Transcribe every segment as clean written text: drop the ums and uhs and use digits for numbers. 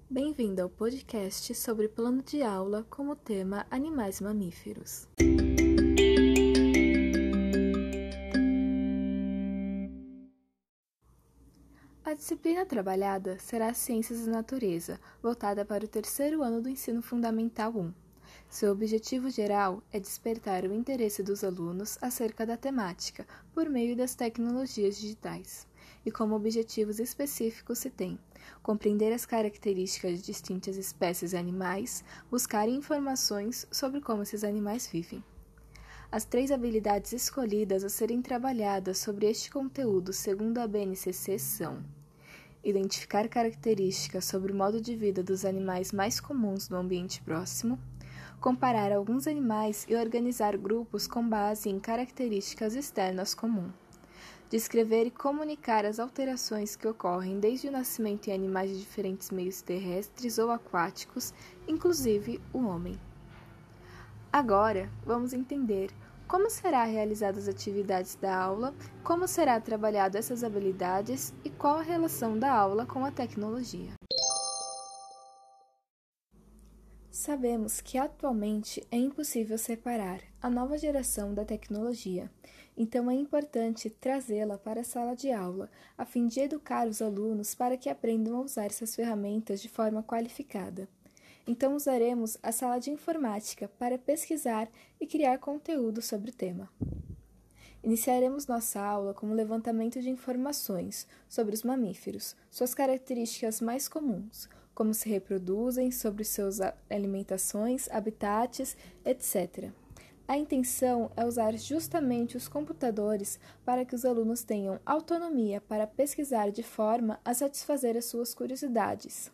Bem-vindo ao podcast sobre plano de aula com o tema Animais Mamíferos. A disciplina trabalhada será Ciências da Natureza, voltada para o terceiro ano do Ensino Fundamental 1. Seu objetivo geral é despertar o interesse dos alunos acerca da temática por meio das tecnologias digitais. E como objetivos específicos se tem compreender as características de distintas espécies animais, buscar informações sobre como esses animais vivem. As 3 habilidades escolhidas a serem trabalhadas sobre este conteúdo segundo a BNCC são: identificar características sobre o modo de vida dos animais mais comuns no ambiente próximo, comparar alguns animais e organizar grupos com base em características externas comuns, descrever e comunicar as alterações que ocorrem desde o nascimento em animais de diferentes meios terrestres ou aquáticos, inclusive o homem. Agora, vamos entender como serão realizadas as atividades da aula, como será trabalhado essas habilidades e qual a relação da aula com a tecnologia. Sabemos que atualmente é impossível separar a nova geração da tecnologia, então é importante trazê-la para a sala de aula, a fim de educar os alunos para que aprendam a usar essas ferramentas de forma qualificada. Então usaremos a sala de informática para pesquisar e criar conteúdo sobre o tema. Iniciaremos nossa aula com um levantamento de informações sobre os mamíferos, suas características mais comuns, como se reproduzem, sobre suas alimentações, habitats, etc. A intenção é usar justamente os computadores para que os alunos tenham autonomia para pesquisar de forma a satisfazer as suas curiosidades.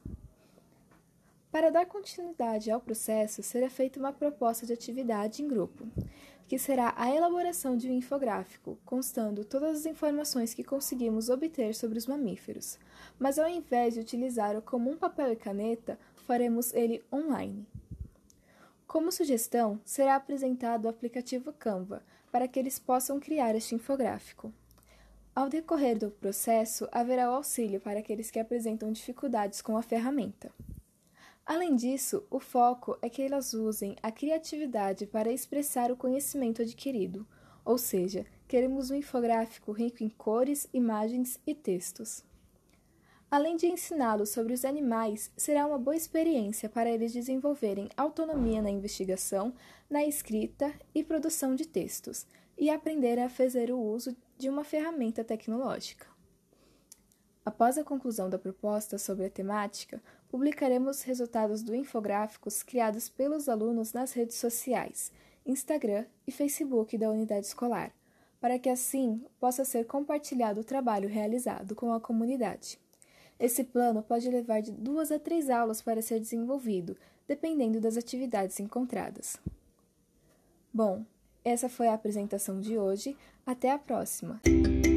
Para dar continuidade ao processo, será feita uma proposta de atividade em grupo, que será a elaboração de um infográfico, constando todas as informações que conseguimos obter sobre os mamíferos, mas ao invés de utilizar o comum papel e caneta, faremos ele online. Como sugestão, será apresentado o aplicativo Canva, para que eles possam criar este infográfico. Ao decorrer do processo, haverá o auxílio para aqueles que apresentam dificuldades com a ferramenta. Além disso, o foco é que elas usem a criatividade para expressar o conhecimento adquirido, ou seja, queremos um infográfico rico em cores, imagens e textos. Além de ensiná-los sobre os animais, será uma boa experiência para eles desenvolverem autonomia na investigação, na escrita e produção de textos, e aprender a fazer o uso de uma ferramenta tecnológica. Após a conclusão da proposta sobre a temática, publicaremos os resultados do infográficos criados pelos alunos nas redes sociais, Instagram e Facebook da unidade escolar, para que assim possa ser compartilhado o trabalho realizado com a comunidade. Esse plano pode levar de 2 a 3 aulas para ser desenvolvido, dependendo das atividades encontradas. Bom, essa foi a apresentação de hoje. Até a próxima!